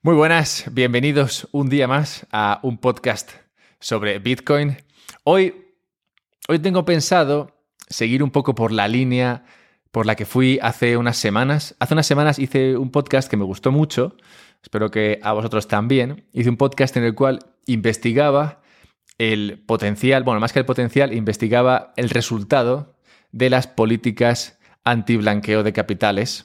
Muy buenas, bienvenidos un día más a un podcast sobre Bitcoin. Hoy tengo pensado seguir un poco por la línea por la que fui hace unas semanas. Hace unas semanas hice un podcast que me gustó mucho, espero que a vosotros también. Hice un podcast en el cual investigaba el potencial, bueno, más que el potencial, investigaba el resultado de las políticas anti-blanqueo de capitales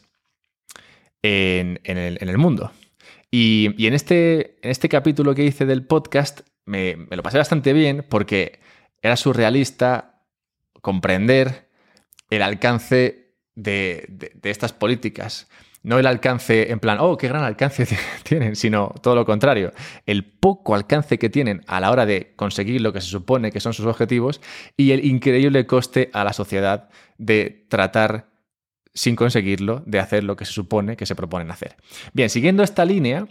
en el mundo. Y en este capítulo que hice del podcast me lo pasé bastante bien porque era surrealista comprender el alcance de estas políticas. No el alcance en plan, oh, qué gran alcance tienen, sino todo lo contrario. El poco alcance que tienen a la hora de conseguir lo que se supone que son sus objetivos y el increíble coste a la sociedad de tratar sin conseguirlo, de hacer lo que se supone que se proponen hacer. Bien, siguiendo esta línea,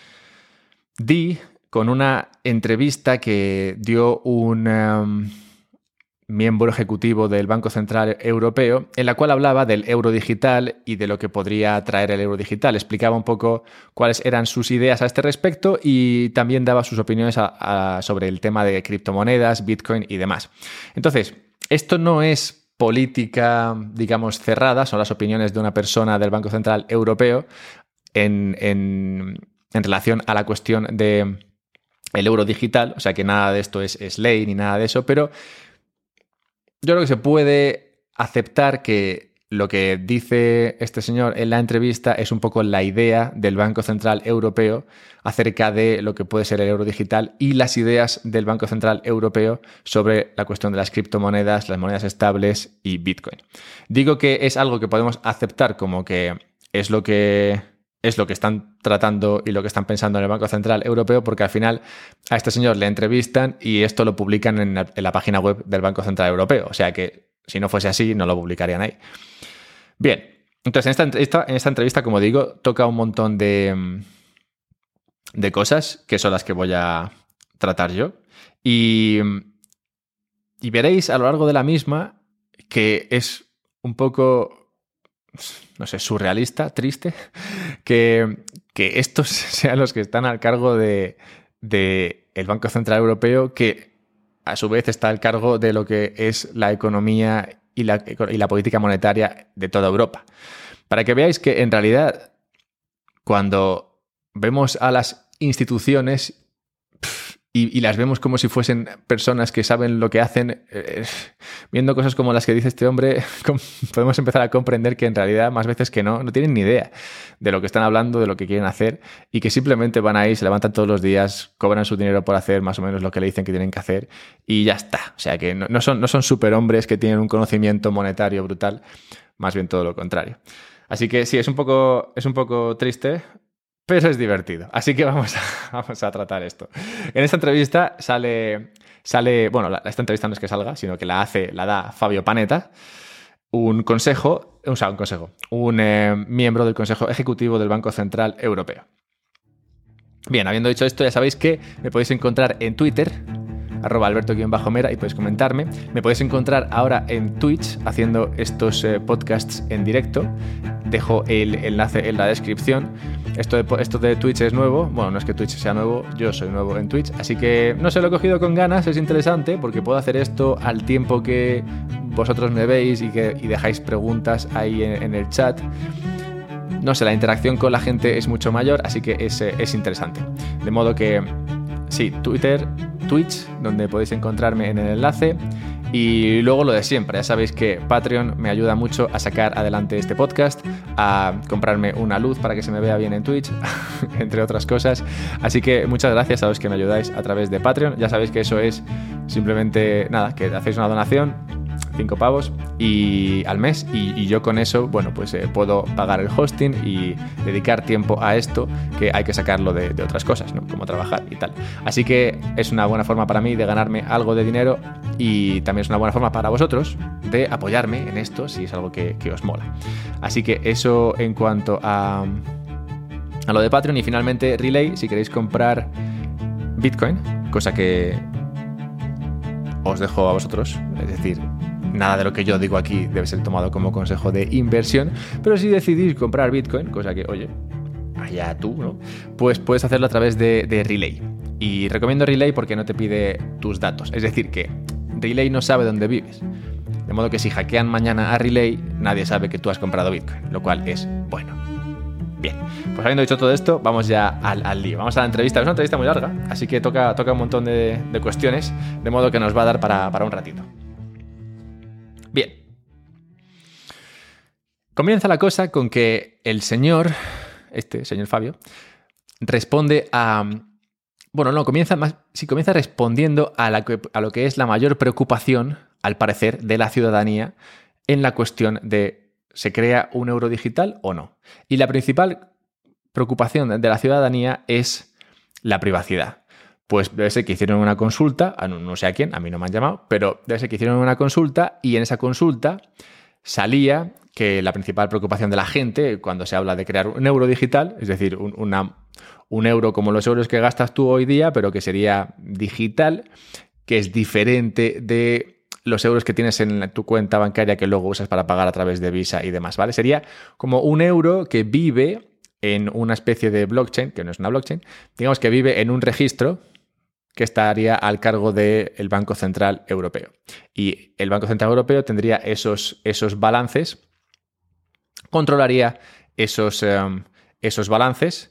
di con una entrevista que dio un miembro ejecutivo del Banco Central Europeo, en la cual hablaba del euro digital y de lo que podría traer el euro digital. Explicaba un poco cuáles eran sus ideas a este respecto y también daba sus opiniones sobre el tema de criptomonedas, Bitcoin y demás. Entonces, esto no es política, digamos, cerrada, son las opiniones de una persona del Banco Central Europeo en relación a la cuestión del euro digital, o sea que nada de esto es ley ni nada de eso, pero yo creo que se puede aceptar que lo que dice este señor en la entrevista es un poco la idea del Banco Central Europeo acerca de lo que puede ser el euro digital y las ideas del Banco Central Europeo sobre la cuestión de las criptomonedas, las monedas estables y Bitcoin. Digo que es algo que podemos aceptar como que es lo que están tratando y lo que están pensando en el Banco Central Europeo, porque al final a este señor le entrevistan y esto lo publican en la página web del Banco Central Europeo. O sea que si no fuese así, no lo publicarían ahí. Bien, entonces en esta entrevista, como digo, toca un montón de cosas que son las que voy a tratar yo. Y veréis a lo largo de la misma que es un poco, no sé, surrealista, triste, que estos sean los que están al cargo de el Banco Central Europeo, que a su vez está al cargo de lo que es la economía y la política monetaria de toda Europa. Para que veáis que en realidad cuando vemos a las instituciones y las vemos como si fuesen personas que saben lo que hacen, viendo cosas como las que dice este hombre, podemos empezar a comprender que en realidad más veces que no tienen ni idea de lo que están hablando, de lo que quieren hacer y que simplemente van ahí, se levantan todos los días, cobran su dinero por hacer más o menos lo que le dicen que tienen que hacer y ya está. O sea que no son superhombres que tienen un conocimiento monetario brutal, más bien todo lo contrario. Así que sí, es un poco triste, pero es divertido. Así que vamos a tratar esto. En esta entrevista sale bueno, esta entrevista no es que salga, sino que la da Fabio Panetta, un miembro del Consejo Ejecutivo del Banco Central Europeo. Bien, habiendo dicho esto, ya sabéis que me podéis encontrar en Twitter, @Alberto_Mera, y podéis comentarme. Me podéis encontrar ahora en Twitch haciendo estos podcasts en directo. Dejo el enlace en la descripción. Esto de Twitch es nuevo. Bueno, no es que Twitch sea nuevo, yo soy nuevo en Twitch. Así que no sé, lo he cogido con ganas, es interesante porque puedo hacer esto al tiempo que vosotros me veis y dejáis preguntas ahí en el chat. No sé, la interacción con la gente es mucho mayor, así que es interesante. De modo que sí, Twitter, Twitch, donde podéis encontrarme en el enlace. Y luego lo de siempre, ya sabéis que Patreon me ayuda mucho a sacar adelante este podcast, a comprarme una luz para que se me vea bien en Twitch, entre otras cosas. Así que muchas gracias a los que me ayudáis a través de Patreon. Ya sabéis que eso es simplemente nada, que hacéis una donación, 5 pavos al mes y yo con eso, bueno, pues puedo pagar el hosting y dedicar tiempo a esto, que hay que sacarlo de otras cosas, ¿no? Como trabajar y tal. Así que es una buena forma para mí de ganarme algo de dinero y también es una buena forma para vosotros de apoyarme en esto si es algo que os mola. Así que eso en cuanto a lo de Patreon. Y finalmente Relay, si queréis comprar Bitcoin, cosa que os dejo a vosotros, es decir, nada de lo que yo digo aquí debe ser tomado como consejo de inversión, pero si decidís comprar Bitcoin, cosa que, oye, ya tú, ¿no? Pues puedes hacerlo a través de Relay. Y recomiendo Relay porque no te pide tus datos. Es decir, que Relay no sabe dónde vives. De modo que si hackean mañana a Relay, nadie sabe que tú has comprado Bitcoin, lo cual es bueno. Bien, pues habiendo dicho todo esto, vamos ya al lío. Vamos a la entrevista. Es una entrevista muy larga, así que toca un montón de cuestiones, de modo que nos va a dar para un ratito. Bien. Comienza la cosa con que el señor Fabio, responde a... Bueno, no, comienza respondiendo a lo que es la mayor preocupación, al parecer, de la ciudadanía en la cuestión de ¿se crea un euro digital o no? Y la principal preocupación de la ciudadanía es la privacidad. Pues debe ser que hicieron una consulta, no sé a quién, a mí no me han llamado, pero debe ser que hicieron una consulta y en esa consulta salía que la principal preocupación de la gente cuando se habla de crear un euro digital, es decir, un euro como los euros que gastas tú hoy día, pero que sería digital, que es diferente de los euros que tienes en tu cuenta bancaria que luego usas para pagar a través de Visa y demás, ¿vale? Sería como un euro que vive en una especie de blockchain, que no es una blockchain, digamos que vive en un registro que estaría al cargo del Banco Central Europeo. Y el Banco Central Europeo tendría esos balances, controlaría esos balances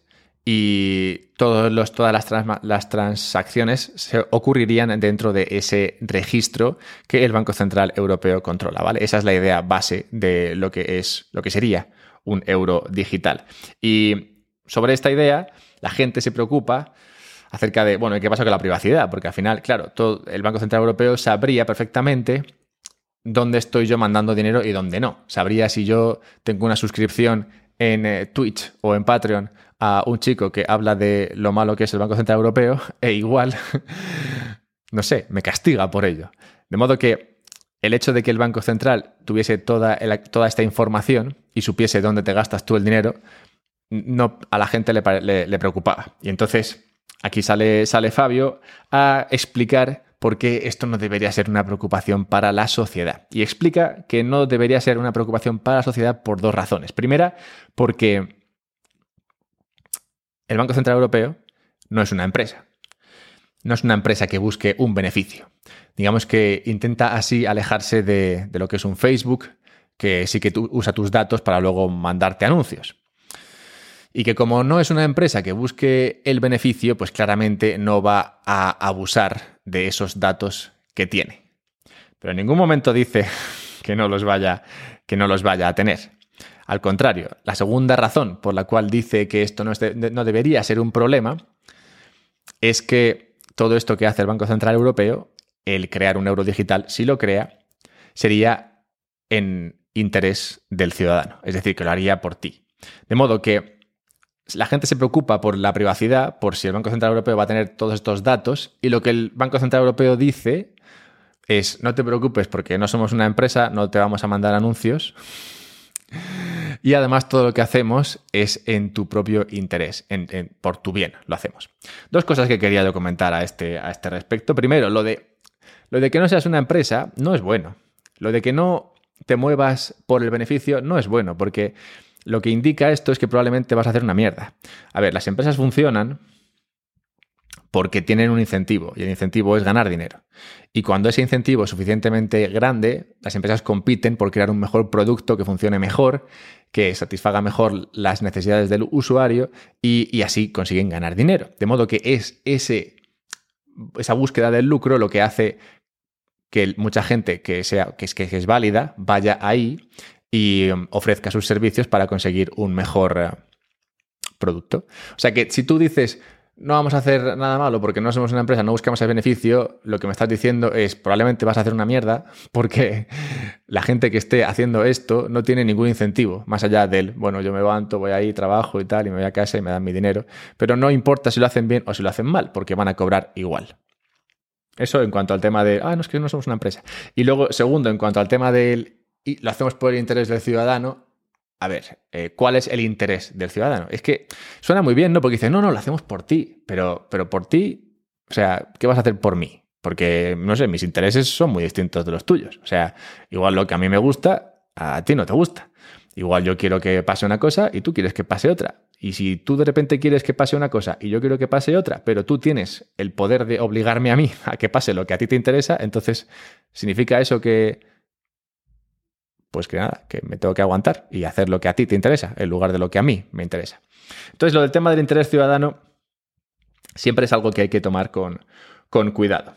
y todas las transacciones se ocurrirían dentro de ese registro que el Banco Central Europeo controla, ¿vale? Esa es la idea base de lo que sería un euro digital. Y sobre esta idea, la gente se preocupa acerca de, bueno, ¿qué pasa con la privacidad? Porque al final, claro, el Banco Central Europeo sabría perfectamente dónde estoy yo mandando dinero y dónde no. Sabría si yo tengo una suscripción en Twitch o en Patreon a un chico que habla de lo malo que es el Banco Central Europeo e igual, no sé, me castiga por ello. De modo que el hecho de que el Banco Central tuviese toda esta información y supiese dónde te gastas tú el dinero, no, a la gente le preocupaba. Y entonces aquí sale Fabio a explicar por qué esto no debería ser una preocupación para la sociedad. Y explica que no debería ser una preocupación para la sociedad por dos razones. Primera, porque el Banco Central Europeo no es una empresa. No es una empresa que busque un beneficio. Digamos que intenta así alejarse de lo que es un Facebook, que sí que usa tus datos para luego mandarte anuncios. Y que como no es una empresa que busque el beneficio, pues claramente no va a abusar de esos datos que tiene. Pero en ningún momento dice que no los vaya a tener. Al contrario, la segunda razón por la cual dice que esto no debería ser un problema es que todo esto que hace el Banco Central Europeo, el crear un euro digital, si lo crea, sería en interés del ciudadano. Es decir, que lo haría por ti. De modo que la gente se preocupa por la privacidad, por si el Banco Central Europeo va a tener todos estos datos, y lo que el Banco Central Europeo dice es: no te preocupes porque no somos una empresa, no te vamos a mandar anuncios, y además todo lo que hacemos es en tu propio interés, por tu bien lo hacemos. Dos cosas que quería yo comentar a este respecto. Primero, lo de que no seas una empresa no es bueno. Lo de que no te muevas por el beneficio no es bueno, porque lo que indica esto es que probablemente vas a hacer una mierda. A ver, las empresas funcionan porque tienen un incentivo, y el incentivo es ganar dinero. Y cuando ese incentivo es suficientemente grande, las empresas compiten por crear un mejor producto que funcione mejor, que satisfaga mejor las necesidades del usuario y así consiguen ganar dinero. De modo que es esa búsqueda del lucro lo que hace que mucha gente que es válida vaya ahí y ofrezca sus servicios para conseguir un mejor producto. O sea que si tú dices no vamos a hacer nada malo porque no somos una empresa, no buscamos el beneficio, lo que me estás diciendo es probablemente vas a hacer una mierda porque la gente que esté haciendo esto no tiene ningún incentivo, más allá del, bueno, yo me levanto, voy ahí, trabajo y tal, y me voy a casa y me dan mi dinero. Pero no importa si lo hacen bien o si lo hacen mal, porque van a cobrar igual. Eso en cuanto al tema de, no, es que no somos una empresa. Y luego, segundo, en cuanto al tema del, y lo hacemos por el interés del ciudadano. A ver, ¿cuál es el interés del ciudadano? Es que suena muy bien, ¿no? Porque dices, no, lo hacemos por ti, pero por ti, o sea, ¿qué vas a hacer por mí? Porque, no sé, mis intereses son muy distintos de los tuyos. O sea, igual lo que a mí me gusta, a ti no te gusta. Igual yo quiero que pase una cosa y tú quieres que pase otra. Y si tú de repente quieres que pase una cosa y yo quiero que pase otra, pero tú tienes el poder de obligarme a mí a que pase lo que a ti te interesa, entonces significa eso que, pues que nada, que me tengo que aguantar y hacer lo que a ti te interesa en lugar de lo que a mí me interesa. Entonces, lo del tema del interés ciudadano siempre es algo que hay que tomar con cuidado.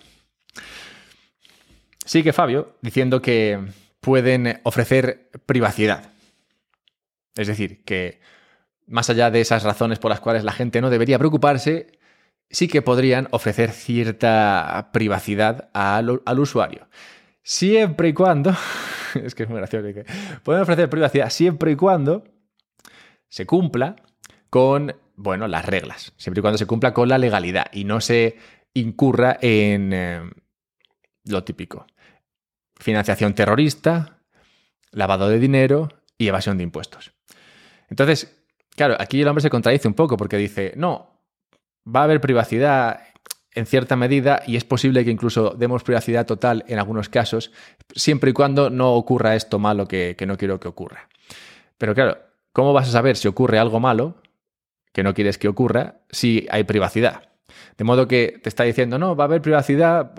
Sigue Fabio diciendo que pueden ofrecer privacidad. Es decir, que más allá de esas razones por las cuales la gente no debería preocuparse, sí que podrían ofrecer cierta privacidad al usuario. Siempre y cuando, es que es muy gracioso, que pueden ofrecer privacidad siempre y cuando se cumpla con, bueno, las reglas, siempre y cuando se cumpla con la legalidad y no se incurra en lo típico. Financiación terrorista, lavado de dinero y evasión de impuestos. Entonces, claro, aquí el hombre se contradice un poco porque dice, no, va a haber privacidad en cierta medida y es posible que incluso demos privacidad total en algunos casos, siempre y cuando no ocurra esto malo que no quiero que ocurra. Pero claro, ¿cómo vas a saber si ocurre algo malo que no quieres que ocurra si hay privacidad? De modo que te está diciendo, no, va a haber privacidad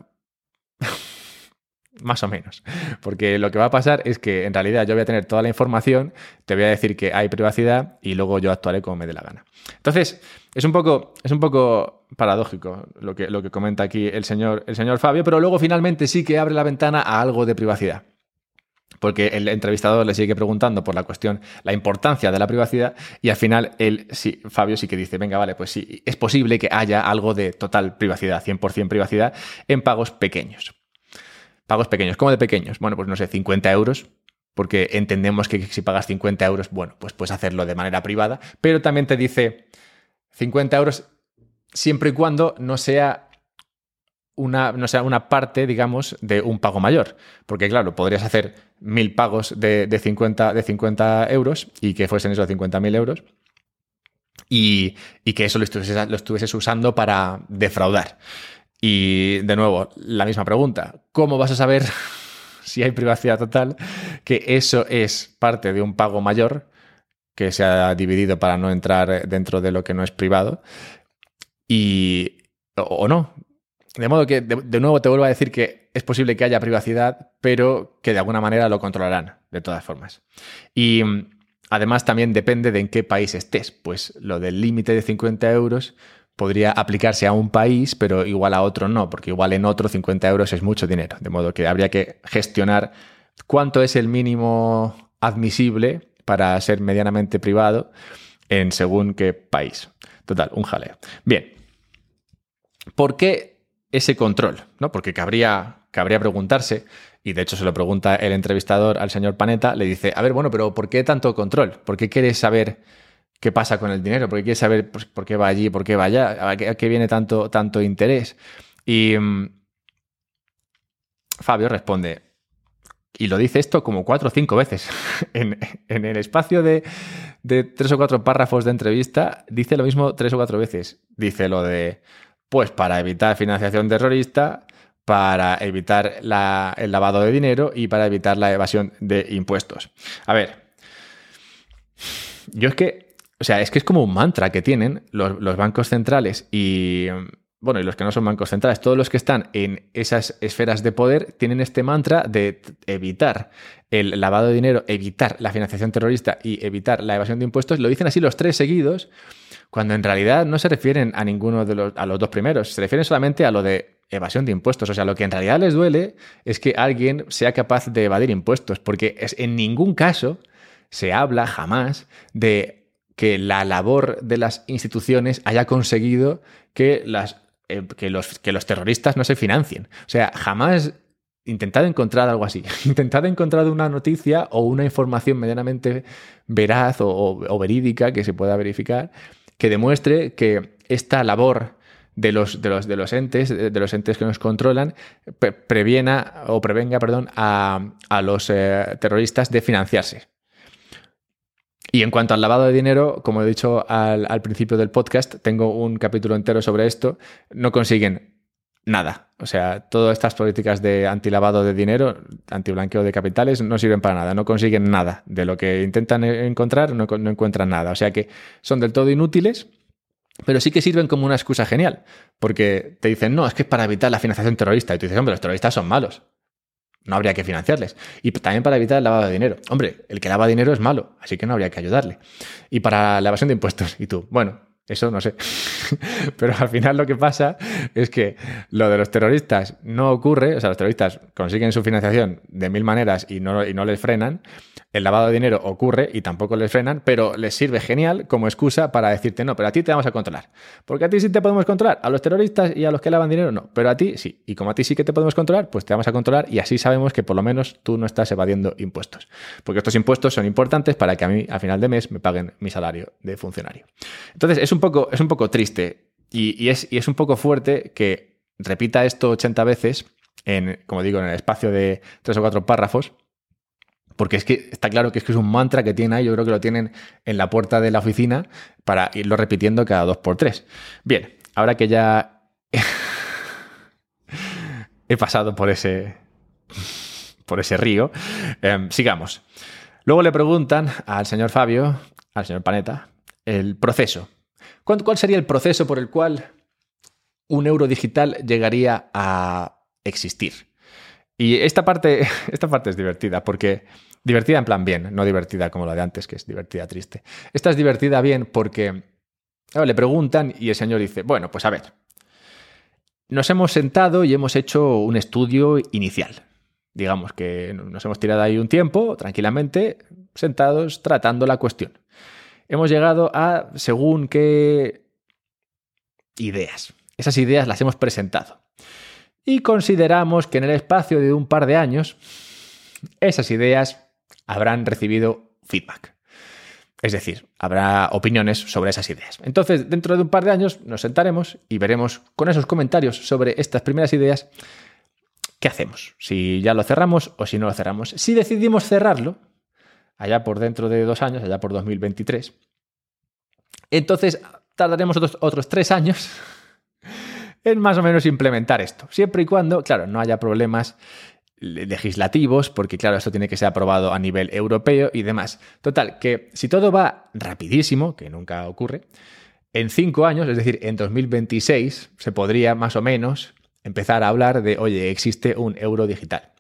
más o menos. Porque lo que va a pasar es que en realidad yo voy a tener toda la información, te voy a decir que hay privacidad y luego yo actuaré como me dé la gana. Entonces, es un poco paradójico lo que comenta aquí el señor Fabio, pero luego finalmente sí que abre la ventana a algo de privacidad. Porque el entrevistador le sigue preguntando por la importancia de la privacidad y al final Fabio sí que dice, venga, vale, pues sí, es posible que haya algo de total privacidad, 100% privacidad en pagos pequeños. Pagos pequeños. ¿Cómo de pequeños? Bueno, pues no sé, 50 euros, porque entendemos que si pagas 50 euros, bueno, pues puedes hacerlo de manera privada, pero también te dice 50 euros siempre y cuando no sea una parte, digamos, de un pago mayor. Porque claro, podrías hacer 1.000 pagos de 50 euros y que fuesen esos 50.000 euros y que eso lo estuvieses usando para defraudar. Y, de nuevo, la misma pregunta. ¿Cómo vas a saber, si hay privacidad total, que eso es parte de un pago mayor que se ha dividido para no entrar dentro de lo que no es privado? O no. De modo que, de nuevo, te vuelvo a decir que es posible que haya privacidad, pero que de alguna manera lo controlarán, de todas formas. Y además también depende de en qué país estés. Pues lo del límite de 50 euros... podría aplicarse a un país, pero igual a otro no, porque igual en otro 50 euros es mucho dinero. De modo que habría que gestionar cuánto es el mínimo admisible para ser medianamente privado en según qué país. Total, un jaleo. Bien. ¿Por qué ese control? ¿No? Porque cabría preguntarse, y de hecho se lo pregunta el entrevistador al señor Panetta, le dice, a ver, bueno, pero ¿por qué tanto control? ¿Por qué quieres saber qué pasa con el dinero? ¿Por qué quieres saber pues, por qué va allí, por qué va allá? ¿A qué viene tanto interés? Y Fabio responde, y lo dice esto como 4 o 5 veces. en el espacio de 3 o 4 párrafos de entrevista, dice lo mismo 3 o 4 veces. Dice lo de, pues para evitar financiación terrorista, para evitar el lavado de dinero y para evitar la evasión de impuestos. A ver, yo es que es como un mantra que tienen los bancos centrales y, bueno, y los que no son bancos centrales, todos los que están en esas esferas de poder tienen este mantra de evitar el lavado de dinero, evitar la financiación terrorista y evitar la evasión de impuestos. Lo dicen así los 3 seguidos, cuando en realidad no se refieren a ninguno a los 2 primeros, se refieren solamente a lo de evasión de impuestos. O sea, lo que en realidad les duele es que alguien sea capaz de evadir impuestos, porque en ningún caso se habla jamás de que la labor de las instituciones haya conseguido que los terroristas no se financien. O sea, jamás intentad encontrar algo así. Intentad encontrar una noticia o una información medianamente veraz o verídica que se pueda verificar que demuestre que esta labor de los entes que nos controlan prevenga a los terroristas de financiarse. Y en cuanto al lavado de dinero, como he dicho al principio del podcast, tengo un capítulo entero sobre esto, no consiguen nada. O sea, todas estas políticas de antilavado de dinero, antiblanqueo de capitales, no sirven para nada, no consiguen nada. De lo que intentan encontrar, no encuentran nada. O sea que son del todo inútiles, pero sí que sirven como una excusa genial. Porque te dicen, no, es que es para evitar la financiación terrorista. Y tú dices, hombre, los terroristas son malos. No habría que financiarles. Y también para evitar el lavado de dinero. Hombre, el que lava dinero es malo, así que no habría que ayudarle. Y para la evasión de impuestos. Y tú, bueno, eso no sé. Pero al final lo que pasa es que lo de los terroristas no ocurre. O sea, los terroristas consiguen su financiación de 1000 maneras y no les frenan. El lavado de dinero ocurre y tampoco les frenan, pero les sirve genial como excusa para decirte, no, pero a ti te vamos a controlar. Porque a ti sí te podemos controlar. A los terroristas y a los que lavan dinero no. Pero a ti sí. Y como a ti sí que te podemos controlar, pues te vamos a controlar y así sabemos que por lo menos tú no estás evadiendo impuestos. Porque estos impuestos son importantes para que a mí a final de mes me paguen mi salario de funcionario. Entonces es un poco triste y es un poco fuerte que repita esto 80 veces como digo, en el espacio de 3 o 4 párrafos. Porque es que está claro que es un mantra que tienen ahí. Yo creo que lo tienen en la puerta de la oficina para irlo repitiendo cada 2x3. Bien, ahora que ya he pasado por ese río, sigamos. Luego le preguntan al señor Fabio, al señor Panetta, el proceso. ¿Cuál sería el proceso por el cual un euro digital llegaría a existir? Y esta parte es divertida, porque divertida en plan bien, no divertida como la de antes, que es divertida triste. Esta es divertida bien porque le preguntan y el señor dice, bueno, pues a ver, nos hemos sentado y hemos hecho un estudio inicial. Digamos que nos hemos tirado ahí un tiempo, tranquilamente, sentados, tratando la cuestión. Hemos llegado a según qué ideas. Esas ideas las hemos presentado. Y consideramos que en el espacio de un par de años, esas ideas habrán recibido feedback. Es decir, habrá opiniones sobre esas ideas. Entonces, dentro de un par de años nos sentaremos y veremos con esos comentarios sobre estas primeras ideas qué hacemos. Si ya lo cerramos o si no lo cerramos. Si decidimos cerrarlo, allá por dentro de 2 años, allá por 2023, entonces tardaremos otros 3 años en más o menos implementar esto. Siempre y cuando, claro, no haya problemas legislativos, porque claro, esto tiene que ser aprobado a nivel europeo y demás. Total, que si todo va rapidísimo, que nunca ocurre, en 5 años, es decir, en 2026, se podría más o menos empezar a hablar de, oye, existe un euro digital.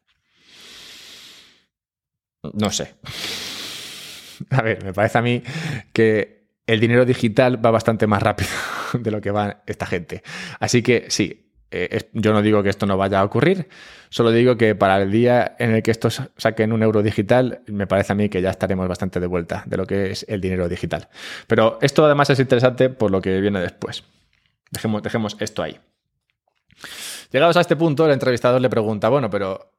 No sé. A ver, me parece a mí que el dinero digital va bastante más rápido de lo que va esta gente. Así que sí, yo no digo que esto no vaya a ocurrir, solo digo que para el día en el que estos saquen un euro digital, me parece a mí que ya estaremos bastante de vuelta de lo que es el dinero digital. Pero esto además es interesante por lo que viene después. Dejemos esto ahí. Llegados a este punto, el entrevistador le pregunta, bueno, pero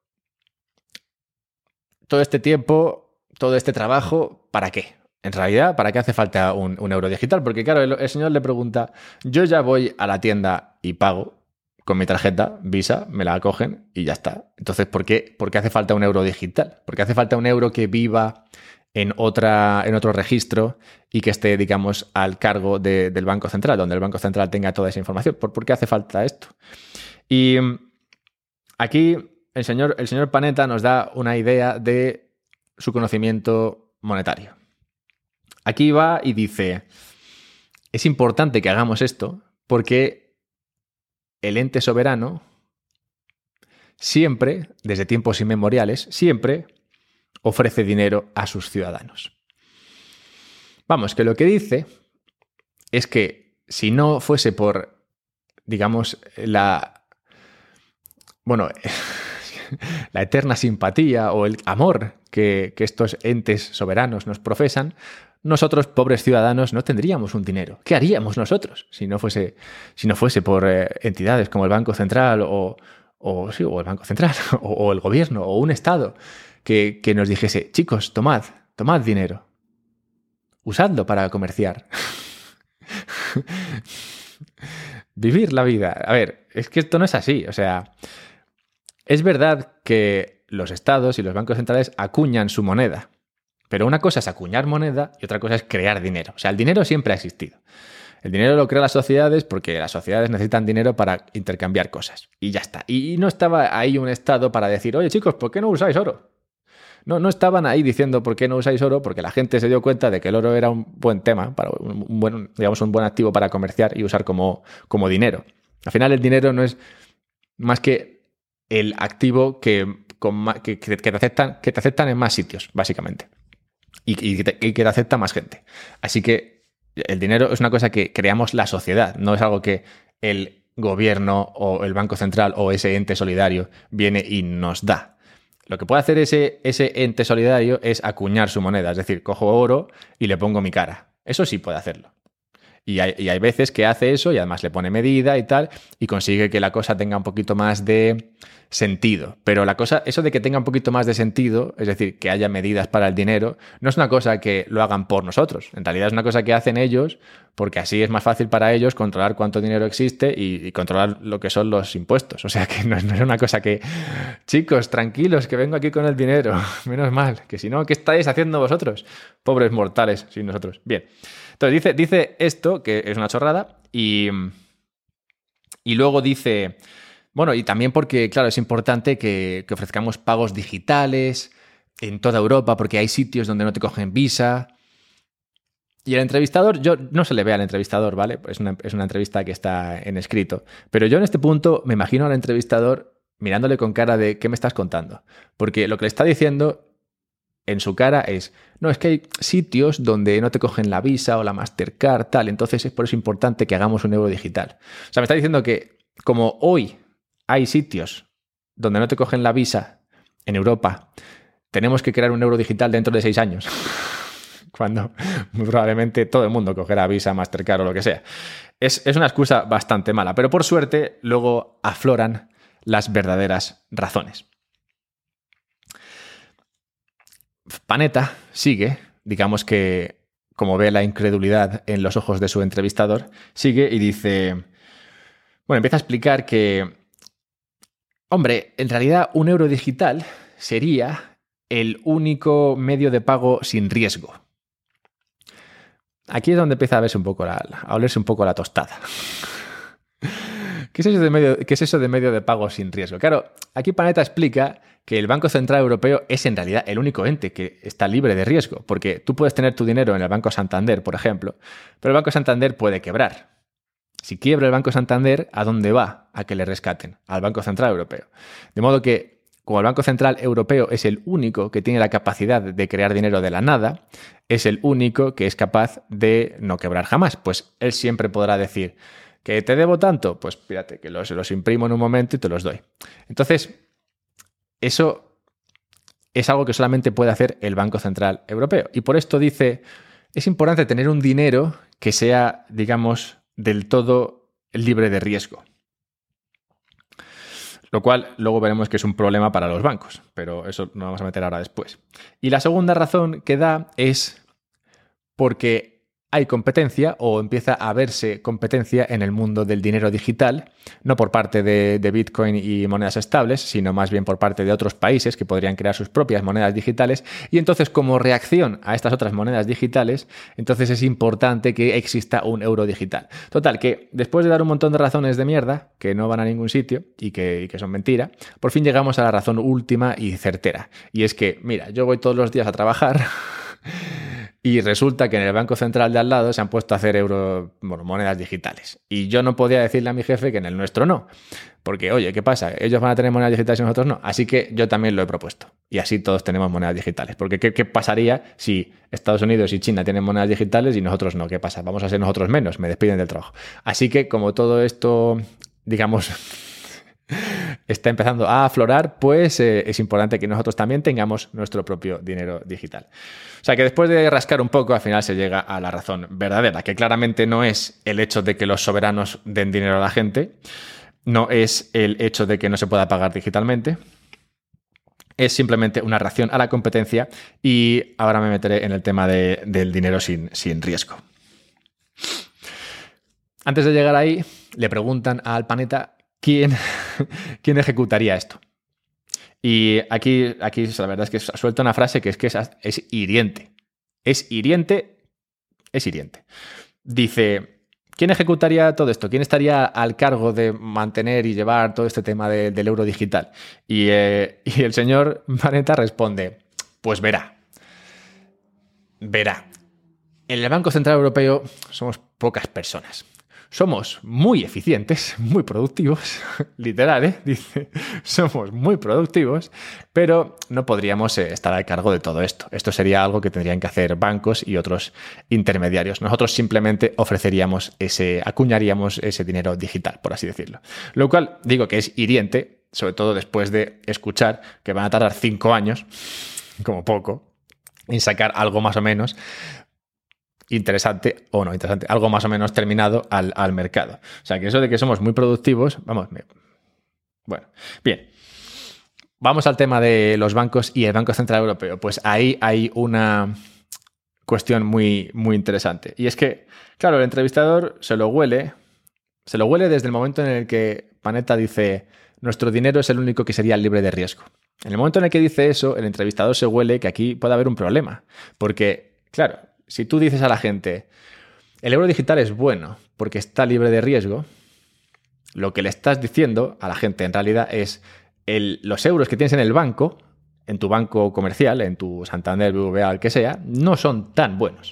todo este tiempo, todo este trabajo, ¿para qué? En realidad, ¿para qué hace falta un euro digital? Porque claro, el señor le pregunta, yo ya voy a la tienda y pago con mi tarjeta Visa, me la acogen y ya está. Entonces, ¿por qué hace falta un euro digital? ¿Por qué hace falta un euro que viva en otro registro y que esté, digamos, al cargo del Banco Central, donde el Banco Central tenga toda esa información? ¿Por qué hace falta esto? Y aquí el señor Panetta nos da una idea de su conocimiento monetario. Aquí va y dice, es importante que hagamos esto porque el ente soberano siempre, desde tiempos inmemoriales, siempre ofrece dinero a sus ciudadanos. Vamos, que lo que dice es que si no fuese por, digamos, la eterna simpatía o el amor que estos entes soberanos nos profesan, nosotros, pobres ciudadanos, no tendríamos un dinero. ¿Qué haríamos nosotros si no fuese por entidades como el Banco Central o el Banco Central o el gobierno o un Estado que nos dijese, chicos, tomad dinero, usadlo para comerciar, vivir la vida? A ver, es que esto no es así. O sea, es verdad que los estados y los bancos centrales acuñan su moneda, pero una cosa es acuñar moneda y otra cosa es crear dinero. O sea, el dinero siempre ha existido. El dinero lo crean las sociedades porque las sociedades necesitan dinero para intercambiar cosas. Y ya está. Y no estaba ahí un Estado para decir, oye chicos, ¿por qué no usáis oro? No estaban ahí diciendo por qué no usáis oro, porque la gente se dio cuenta de que el oro era un buen tema, para un buen activo para comerciar y usar como dinero. Al final el dinero no es más que el activo que te aceptan en más sitios, básicamente. Y que te acepta más gente. Así que el dinero es una cosa que creamos la sociedad, no es algo que el gobierno o el Banco Central o ese ente solidario viene y nos da. Lo que puede hacer ese ente solidario es acuñar su moneda, es decir, cojo oro y le pongo mi cara. Eso sí puede hacerlo. Y hay veces que hace eso y además le pone medida y tal y consigue que la cosa tenga un poquito más de sentido. Pero eso de que tenga un poquito más de sentido, es decir, que haya medidas para el dinero, no es una cosa que lo hagan por nosotros. En realidad es una cosa que hacen ellos porque así es más fácil para ellos controlar cuánto dinero existe y controlar lo que son los impuestos. O sea que no es una cosa que, chicos, tranquilos, que vengo aquí con el dinero. Menos mal, que si no, ¿qué estáis haciendo vosotros? Pobres mortales sin nosotros. Bien. Entonces dice esto, que es una chorrada, y luego dice, bueno, y también porque, claro, es importante que ofrezcamos pagos digitales en toda Europa, porque hay sitios donde no te cogen visa. Y el entrevistador, yo no se le ve al entrevistador, ¿vale? Es una entrevista que está en escrito. Pero yo en este punto me imagino al entrevistador mirándole con cara de ¿qué me estás contando? Porque lo que le está diciendo en su cara es, no, es que hay sitios donde no te cogen la Visa o la Mastercard, tal, entonces es por eso importante que hagamos un euro digital. O sea, me está diciendo que como hoy hay sitios donde no te cogen la Visa en Europa, tenemos que crear un euro digital dentro de 6 años, cuando muy probablemente todo el mundo cogerá Visa, Mastercard o lo que sea. Es una excusa bastante mala, pero por suerte luego afloran las verdaderas razones. Panetta sigue, digamos que como ve la incredulidad en los ojos de su entrevistador, sigue y dice, bueno, empieza a explicar que, hombre, en realidad un euro digital sería el único medio de pago sin riesgo. Aquí es donde empieza a verse un poco a olerse un poco la tostada. ¿Qué es eso de medio de pago sin riesgo? Claro, aquí Panetta explica que el Banco Central Europeo es en realidad el único ente que está libre de riesgo, porque tú puedes tener tu dinero en el Banco Santander, por ejemplo, pero el Banco Santander puede quebrar. Si quiebra el Banco Santander, ¿a dónde va? A que le rescaten, al Banco Central Europeo. De modo que, como el Banco Central Europeo es el único que tiene la capacidad de crear dinero de la nada, es el único que es capaz de no quebrar jamás, pues él siempre podrá decir, ¿que te debo tanto? Pues fíjate, que los imprimo en un momento y te los doy. Entonces, eso es algo que solamente puede hacer el Banco Central Europeo. Y por esto dice, es importante tener un dinero que sea, digamos, del todo libre de riesgo. Lo cual luego veremos que es un problema para los bancos, pero eso nos vamos a meter ahora después. Y la segunda razón que da es porque hay competencia o empieza a verse competencia en el mundo del dinero digital, no por parte de Bitcoin y monedas estables, sino más bien por parte de otros países que podrían crear sus propias monedas digitales. Y entonces, como reacción a estas otras monedas digitales, entonces es importante que exista un euro digital. Total, que después de dar un montón de razones de mierda, que no van a ningún sitio y que son mentira, por fin llegamos a la razón última y certera. Y es que, mira, yo voy todos los días a trabajar y resulta que en el Banco Central de al lado se han puesto a hacer monedas digitales. Y yo no podía decirle a mi jefe que en el nuestro no. Porque, oye, ¿qué pasa? Ellos van a tener monedas digitales y nosotros no. Así que yo también lo he propuesto. Y así todos tenemos monedas digitales. Porque ¿qué pasaría si Estados Unidos y China tienen monedas digitales y nosotros no? ¿Qué pasa? Vamos a ser nosotros menos. Me despiden del trabajo. Así que como todo esto, digamos, está empezando a aflorar, pues es importante que nosotros también tengamos nuestro propio dinero digital. O sea que después de rascar un poco, al final se llega a la razón verdadera, que claramente no es el hecho de que los soberanos den dinero a la gente, no es el hecho de que no se pueda pagar digitalmente, es simplemente una reacción a la competencia y ahora me meteré en el tema del dinero sin riesgo. Antes de llegar ahí, le preguntan al Panetta ¿quién ejecutaría esto? Y aquí la verdad es que suelta una frase que es hiriente. Es hiriente. Dice, ¿quién ejecutaría todo esto? ¿Quién estaría al cargo de mantener y llevar todo este tema del euro digital? Y el señor Panetta responde, pues verá. En el Banco Central Europeo somos pocas personas. Somos muy eficientes, muy productivos, literal, dice, somos muy productivos, pero no podríamos estar al cargo de todo esto. Esto sería algo que tendrían que hacer bancos y otros intermediarios. Nosotros simplemente acuñaríamos ese dinero digital, por así decirlo. Lo cual digo que es hiriente, sobre todo después de escuchar que van a tardar 5 años, como poco, en sacar algo más o menos interesante o no interesante, algo más o menos terminado al mercado. O sea, que eso de que somos muy productivos, bueno, bien. Vamos al tema de los bancos y el Banco Central Europeo. Pues ahí hay una cuestión muy, muy interesante. Y es que, claro, el entrevistador se lo huele desde el momento en el que Panetta dice, nuestro dinero es el único que sería libre de riesgo. En el momento en el que dice eso, el entrevistador se huele que aquí puede haber un problema. Porque, claro, si tú dices a la gente, el euro digital es bueno porque está libre de riesgo, lo que le estás diciendo a la gente en realidad es los euros que tienes en el banco, en tu banco comercial, en tu Santander, BBVA, el que sea, no son tan buenos.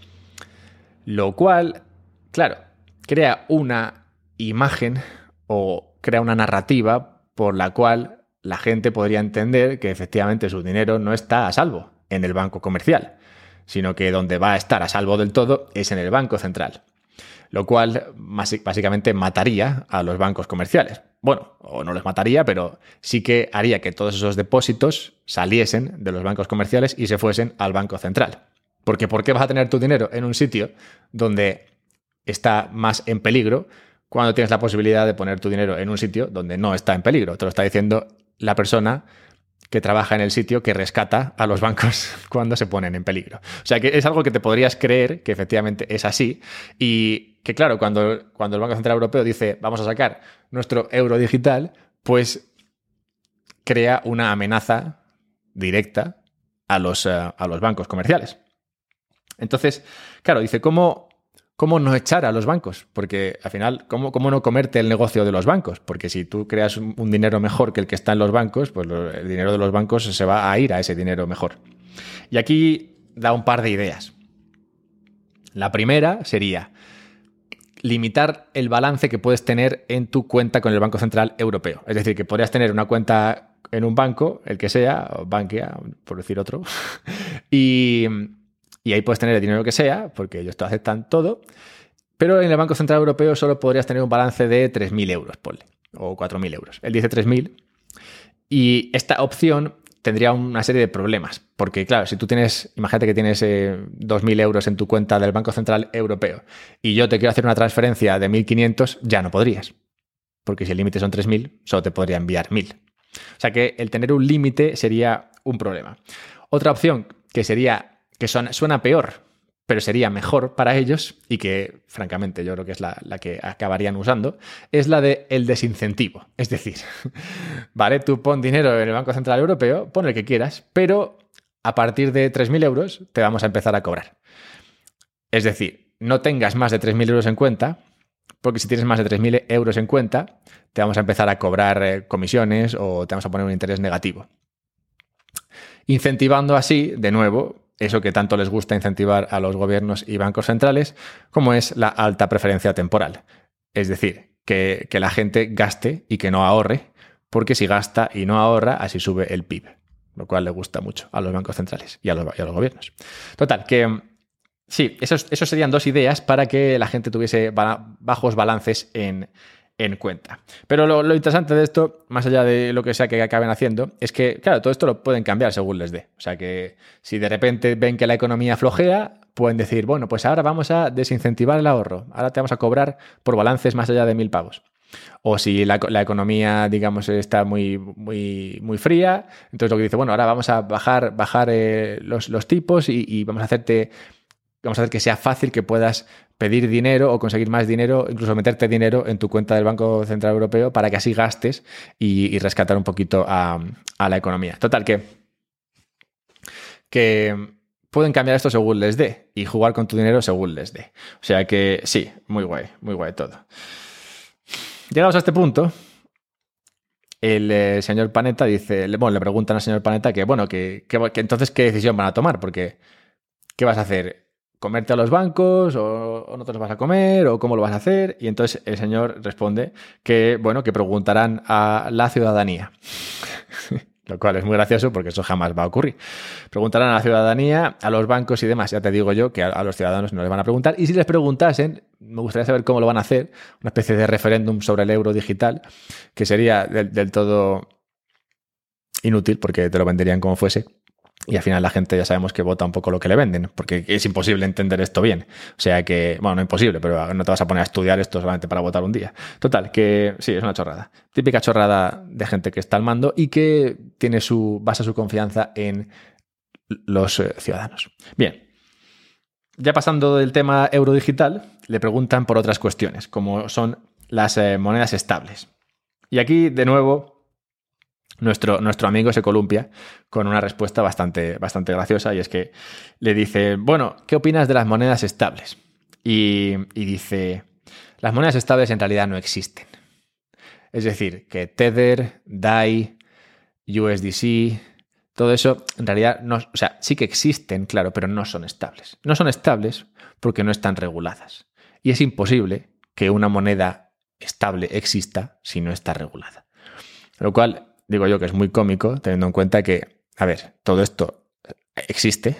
Lo cual, claro, crea una imagen o crea una narrativa por la cual la gente podría entender que efectivamente su dinero no está a salvo en el banco comercial, sino que donde va a estar a salvo del todo es en el Banco Central, lo cual básicamente mataría a los bancos comerciales. Bueno, o no los mataría, pero sí que haría que todos esos depósitos saliesen de los bancos comerciales y se fuesen al Banco Central. Porque ¿por qué vas a tener tu dinero en un sitio donde está más en peligro cuando tienes la posibilidad de poner tu dinero en un sitio donde no está en peligro? Te lo está diciendo la persona que trabaja en el sitio que rescata a los bancos cuando se ponen en peligro. O sea, que es algo que te podrías creer que efectivamente es así y que, claro, cuando el Banco Central Europeo dice vamos a sacar nuestro euro digital, pues crea una amenaza directa a los bancos comerciales. Entonces, claro, dice, ¿cómo no echar a los bancos? Porque al final, ¿cómo no comerte el negocio de los bancos? Porque si tú creas un dinero mejor que el que está en los bancos, pues el dinero de los bancos se va a ir a ese dinero mejor. Y aquí da un par de ideas. La primera sería limitar el balance que puedes tener en tu cuenta con el Banco Central Europeo. Es decir, que podrías tener una cuenta en un banco, el que sea, o Bankia, por decir otro, y ahí puedes tener el dinero que sea, porque ellos te aceptan todo, pero en el Banco Central Europeo solo podrías tener un balance de 3.000 euros, ponle, o 4.000 euros. Él dice 3.000 y esta opción tendría una serie de problemas, porque claro, si tú imagínate que tienes 2.000 euros en tu cuenta del Banco Central Europeo y yo te quiero hacer una transferencia de 1.500, ya no podrías, porque si el límite son 3.000, solo te podría enviar 1.000. O sea que el tener un límite sería un problema. Otra opción que suena peor, pero sería mejor para ellos y que, francamente, yo creo que es la que acabarían usando, es la del desincentivo. Es decir, vale, tú pon dinero en el Banco Central Europeo, pon el que quieras, pero a partir de 3.000 euros te vamos a empezar a cobrar. Es decir, no tengas más de 3.000 euros en cuenta, porque si tienes más de 3.000 euros en cuenta, te vamos a empezar a cobrar comisiones o te vamos a poner un interés negativo. Incentivando así, de nuevo, eso que tanto les gusta incentivar a los gobiernos y bancos centrales, como es la alta preferencia temporal. Es decir, que la gente gaste y que no ahorre, porque si gasta y no ahorra, así sube el PIB, lo cual le gusta mucho a los bancos centrales y a los gobiernos. Total, que sí, esos serían dos ideas para que la gente tuviese bajos balances en cuenta. Pero lo interesante de esto, más allá de lo que sea que acaben haciendo, es que, claro, todo esto lo pueden cambiar según les dé. O sea que si de repente ven que la economía flojea, pueden decir, bueno, pues ahora vamos a desincentivar el ahorro. Ahora te vamos a cobrar por balances más allá de 1.000 pavos. O si la economía, digamos, está muy, muy, muy fría, entonces lo que dice, bueno, ahora vamos a bajar los tipos y vamos a hacer que sea fácil que puedas pedir dinero o conseguir más dinero, incluso meterte dinero en tu cuenta del Banco Central Europeo para que así gastes y rescatar un poquito a la economía. Total, que pueden cambiar esto según les dé y jugar con tu dinero según les dé. O sea que sí, muy guay todo. Llegados a este punto, el señor Panetta dice, le preguntan al señor Panetta que entonces qué decisión van a tomar, porque ¿qué vas a hacer? ¿Comerte a los bancos o no te los vas a comer o cómo lo vas a hacer? Y entonces el señor responde que preguntarán a la ciudadanía. Lo cual es muy gracioso porque eso jamás va a ocurrir. Preguntarán a la ciudadanía, a los bancos y demás. Ya te digo yo que a los ciudadanos no les van a preguntar. Y si les preguntasen, me gustaría saber cómo lo van a hacer. Una especie de referéndum sobre el euro digital, que sería del todo inútil porque te lo venderían como fuese. Y al final la gente ya sabemos que vota un poco lo que le venden, porque es imposible entender esto bien. O sea que, no imposible, pero no te vas a poner a estudiar esto solamente para votar un día. Total, que sí, es una chorrada. Típica chorrada de gente que está al mando y que basa su confianza en los ciudadanos. Bien, ya pasando del tema euro digital, le preguntan por otras cuestiones, como son las monedas estables. Y aquí, de nuevo, nuestro amigo se columpia con una respuesta bastante graciosa, y es que le dice, ¿qué opinas de las monedas estables? Y dice, las monedas estables en realidad no existen. Es decir, que Tether, DAI, USDC, todo eso en realidad sí que existen, claro, pero no son estables. No son estables porque no están reguladas. Y es imposible que una moneda estable exista si no está regulada. Lo cual digo yo que es muy cómico, teniendo en cuenta que, todo esto existe.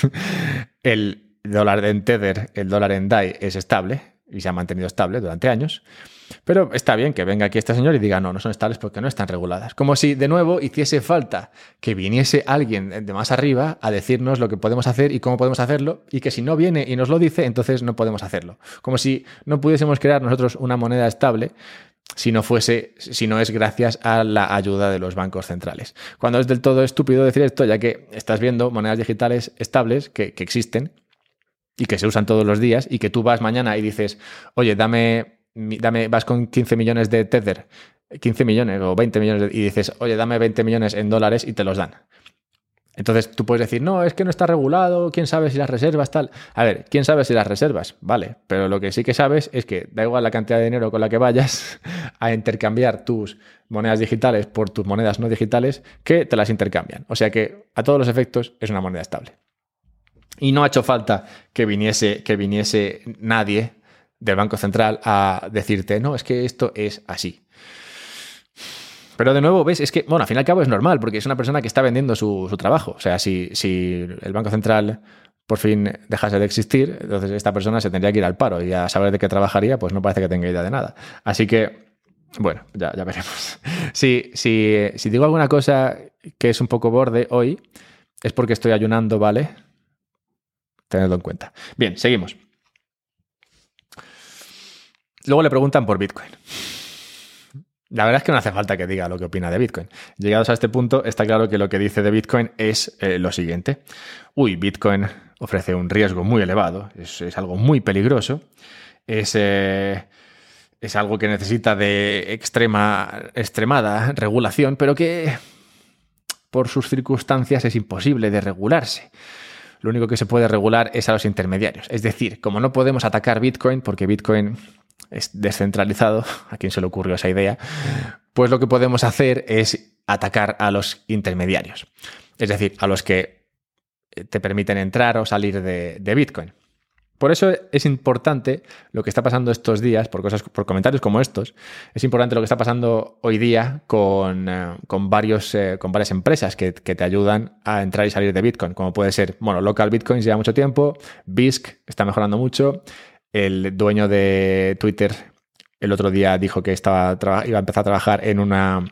El dólar en Tether, el dólar en DAI es estable y se ha mantenido estable durante años. Pero está bien que venga aquí este señor y diga, no son estables porque no están reguladas. Como si, de nuevo, hiciese falta que viniese alguien de más arriba a decirnos lo que podemos hacer y cómo podemos hacerlo, y que si no viene y nos lo dice, entonces no podemos hacerlo. Como si no pudiésemos crear nosotros una moneda estable si no es gracias a la ayuda de los bancos centrales. Cuando es del todo estúpido decir esto, ya que estás viendo monedas digitales estables que existen y que se usan todos los días, y que tú vas mañana y dices, oye, vas con 15 millones de Tether, 15 millones o 20 millones, y dices, oye, dame 20 millones en dólares, y te los dan. Entonces tú puedes decir, no, es que no está regulado, quién sabe si las reservas, tal. A ver, quién sabe si las reservas, vale, pero lo que sí que sabes es que da igual la cantidad de dinero con la que vayas a intercambiar tus monedas digitales por tus monedas no digitales, que te las intercambian. O sea que a todos los efectos es una moneda estable. Y no ha hecho falta que viniese nadie del Banco Central a decirte, no, es que esto es así. Pero de nuevo, ves, es que, al fin y al cabo es normal, porque es una persona que está vendiendo su trabajo. O sea, si el Banco Central por fin dejase de existir, entonces esta persona se tendría que ir al paro, y a saber de qué trabajaría, pues no parece que tenga idea de nada. Así que, ya veremos. Si digo alguna cosa que es un poco borde hoy, es porque estoy ayunando, ¿vale? Tenedlo en cuenta. Bien, seguimos. Luego le preguntan por Bitcoin. La verdad es que no hace falta que diga lo que opina de Bitcoin. Llegados a este punto, está claro que lo que dice de Bitcoin es lo siguiente. Bitcoin ofrece un riesgo muy elevado, es algo muy peligroso, es algo que necesita de extremada regulación, pero que por sus circunstancias es imposible de regularse. Lo único que se puede regular es a los intermediarios. Es decir, como no podemos atacar Bitcoin, porque Bitcoin es descentralizado, a quien se le ocurrió esa idea, pues lo que podemos hacer es atacar a los intermediarios. Es decir, a los que te permiten entrar o salir de Bitcoin. Por eso es importante lo que está pasando estos días, por comentarios como estos, es importante lo que está pasando hoy día con varias empresas que te ayudan a entrar y salir de Bitcoin, como puede ser, Local Bitcoins lleva mucho tiempo, BISC está mejorando mucho, el dueño de Twitter el otro día dijo que iba a empezar a trabajar en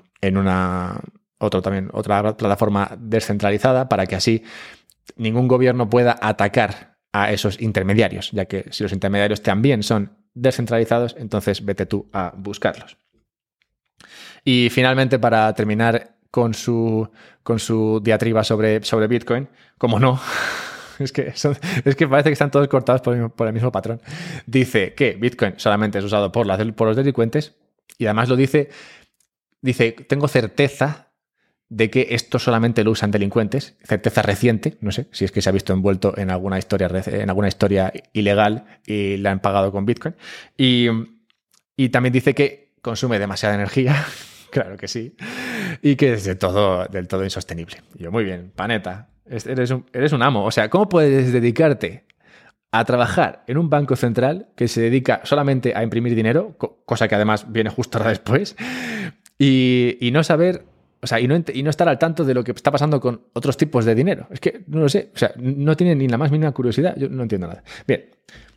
otra plataforma descentralizada para que así ningún gobierno pueda atacar a esos intermediarios, ya que si los intermediarios también son descentralizados, entonces vete tú a buscarlos. Y finalmente, para terminar con su diatriba sobre Bitcoin, como no, es que parece que están todos cortados por el mismo patrón, dice que Bitcoin solamente es usado por los delincuentes, y además lo dice, tengo certeza de que esto solamente lo usan delincuentes, certeza reciente, no sé si es que se ha visto envuelto en alguna historia ilegal y la han pagado con Bitcoin. Y también dice que consume demasiada energía, claro que sí, y que es del todo insostenible. Y yo, muy bien, Panetta, eres un amo. O sea, ¿cómo puedes dedicarte a trabajar en un banco central que se dedica solamente a imprimir dinero, cosa que además viene justo ahora después, y no saber, o sea, y no estar al tanto de lo que está pasando con otros tipos de dinero? Es que no lo sé, o sea, no tiene ni la más mínima curiosidad, yo no entiendo nada. Bien.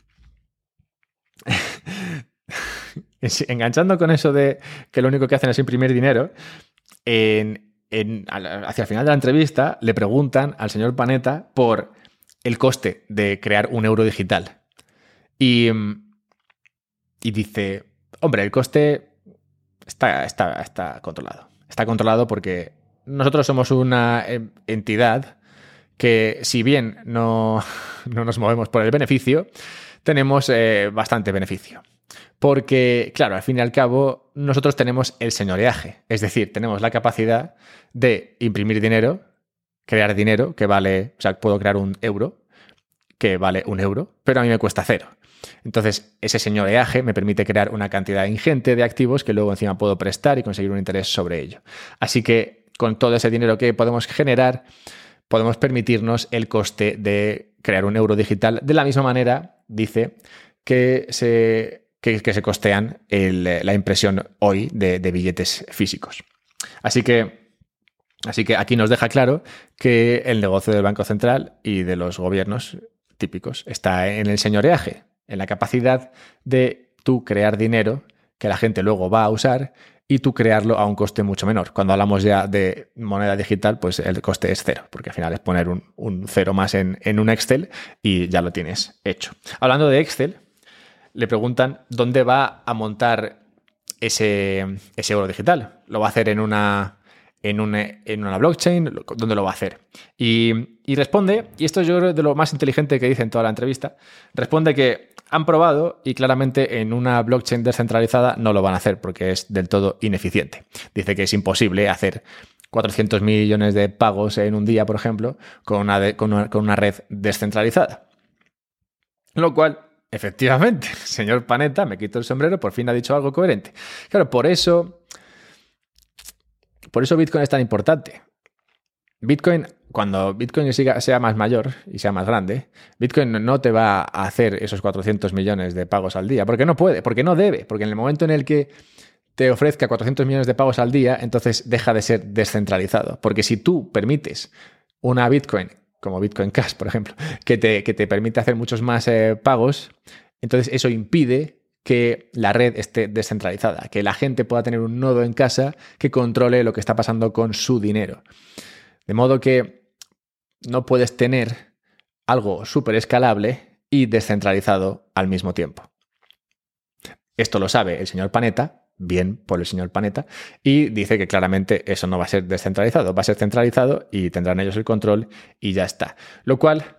Enganchando con eso de que lo único que hacen es imprimir dinero, hacia el final de la entrevista le preguntan al señor Panetta por el coste de crear un euro digital. Y dice, hombre, el coste está controlado. Está controlado porque nosotros somos una entidad que, si bien no nos movemos por el beneficio, tenemos bastante beneficio. Porque, claro, al fin y al cabo, nosotros tenemos el señoreaje. Es decir, tenemos la capacidad de imprimir dinero, crear dinero que vale, o sea, puedo crear un euro que vale €1, pero a mí me cuesta 0. Entonces, ese señoreaje me permite crear una cantidad ingente de activos que luego encima puedo prestar y conseguir un interés sobre ello. Así que, con todo ese dinero que podemos generar, podemos permitirnos el coste de crear un euro digital de la misma manera, dice, que se costean la impresión hoy de billetes físicos. Así que aquí nos deja claro que el negocio del Banco Central y de los gobiernos típicos está en el señoreaje, en la capacidad de tú crear dinero que la gente luego va a usar y tú crearlo a un coste mucho menor. Cuando hablamos ya de moneda digital, pues el coste es 0, porque al final es poner un 0 más en un Excel y ya lo tienes hecho. Hablando de Excel, le preguntan dónde va a montar ese euro digital. ¿Lo va a hacer en una blockchain? ¿Dónde lo va a hacer? Y responde, y esto yo creo de lo más inteligente que dice en toda la entrevista, responde que han probado y claramente en una blockchain descentralizada no lo van a hacer porque es del todo ineficiente. Dice que es imposible hacer 400 millones de pagos en un día, por ejemplo, con una red descentralizada. Lo cual, efectivamente, señor Panetta, me quito el sombrero, por fin ha dicho algo coherente. Claro, por eso Bitcoin es tan importante. Cuando Bitcoin sea más mayor y sea más grande, Bitcoin no te va a hacer esos 400 millones de pagos al día, porque no puede, porque no debe, porque en el momento en el que te ofrezca 400 millones de pagos al día, entonces deja de ser descentralizado. Porque si tú permites una Bitcoin, como Bitcoin Cash, por ejemplo, que te permite hacer muchos más pagos, entonces eso impide que la red esté descentralizada, que la gente pueda tener un nodo en casa que controle lo que está pasando con su dinero. De modo que no puedes tener algo súper escalable y descentralizado al mismo tiempo. Esto lo sabe el señor Panetta, bien por el señor Panetta, y dice que claramente eso no va a ser descentralizado, va a ser centralizado y tendrán ellos el control y ya está. Lo cual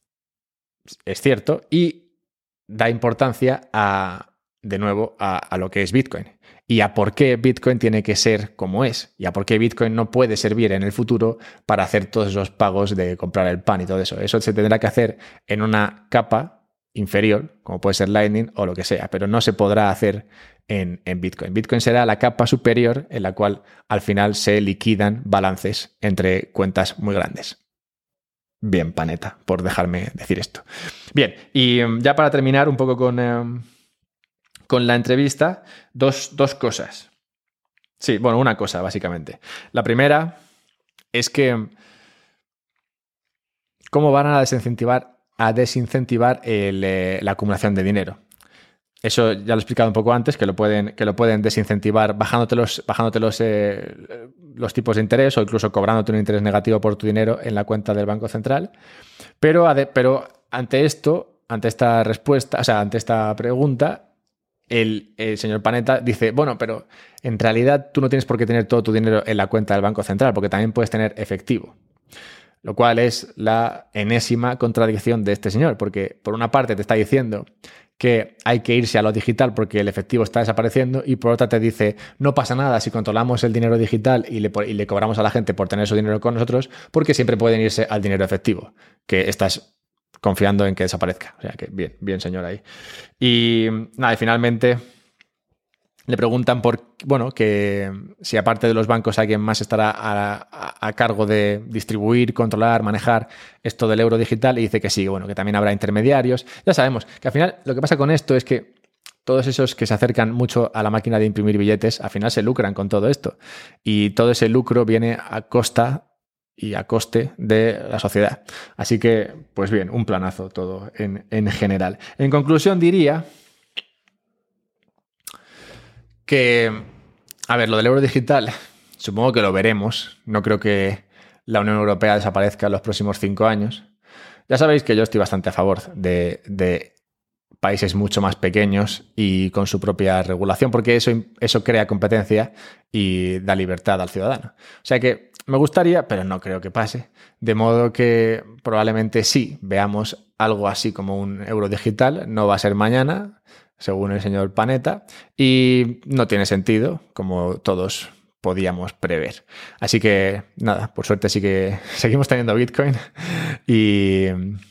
es cierto y da importancia de nuevo a lo que es Bitcoin y a por qué Bitcoin tiene que ser como es y a por qué Bitcoin no puede servir en el futuro para hacer todos esos pagos de comprar el pan y todo eso. Eso se tendrá que hacer en una capa inferior, como puede ser Lightning o lo que sea, pero no se podrá hacer en Bitcoin. Bitcoin será la capa superior en la cual al final se liquidan balances entre cuentas muy grandes. Bien, Panetta, por dejarme decir esto. Bien, y ya para terminar un poco con la entrevista, dos cosas. Sí, bueno, una cosa, básicamente. La primera es que cómo van a desincentivar la acumulación de dinero. Eso ya lo he explicado un poco antes, que lo pueden desincentivar bajándote los tipos de interés o incluso cobrándote un interés negativo por tu dinero en la cuenta del Banco Central. Pero ante esta respuesta, o sea, ante esta pregunta, el señor Panetta dice, bueno, pero en realidad tú no tienes por qué tener todo tu dinero en la cuenta del Banco Central, porque también puedes tener efectivo. Lo cual es la enésima contradicción de este señor, porque por una parte te está diciendo que hay que irse a lo digital porque el efectivo está desapareciendo, y por otra te dice, no pasa nada si controlamos el dinero digital y le cobramos a la gente por tener su dinero con nosotros, porque siempre pueden irse al dinero efectivo, que estás confiando en que desaparezca. O sea que bien señor ahí. Y nada, y finalmente le preguntan que si aparte de los bancos alguien más estará a cargo de distribuir, controlar, manejar esto del euro digital, y dice que sí, que también habrá intermediarios. Ya sabemos que al final lo que pasa con esto es que todos esos que se acercan mucho a la máquina de imprimir billetes, al final se lucran con todo esto. Y todo ese lucro viene a costa y a coste de la sociedad. Así que, pues bien, un planazo todo en general. En conclusión diría que, a ver, lo del euro digital, supongo que lo veremos. No creo que la Unión Europea desaparezca en los próximos 5 años. Ya sabéis que yo estoy bastante a favor de países mucho más pequeños y con su propia regulación, porque eso crea competencia y da libertad al ciudadano. O sea que me gustaría, pero no creo que pase. De modo que probablemente sí veamos algo así como un euro digital. No va a ser mañana, según el señor Panetta, y no tiene sentido, como todos podíamos prever. Así que nada, por suerte sí que seguimos teniendo Bitcoin y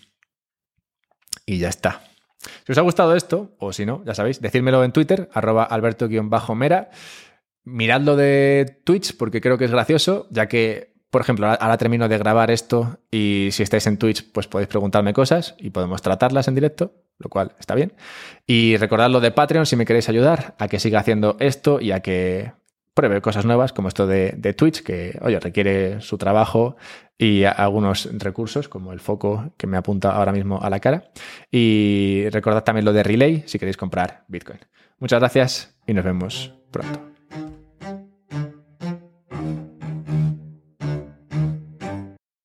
ya está. Si os ha gustado esto, o si no, ya sabéis, decídmelo en Twitter, @alberto_mera. Miradlo de Twitch porque creo que es gracioso, ya que, por ejemplo, ahora termino de grabar esto y si estáis en Twitch, pues podéis preguntarme cosas y podemos tratarlas en directo, lo cual está bien. Y recordad lo de Patreon si me queréis ayudar a que siga haciendo esto y a que pruebe cosas nuevas como esto de Twitch, que, oye, requiere su trabajo y algunos recursos, como el foco que me apunta ahora mismo a la cara. Y recordad también lo de Relay si queréis comprar Bitcoin. Muchas gracias y nos vemos pronto.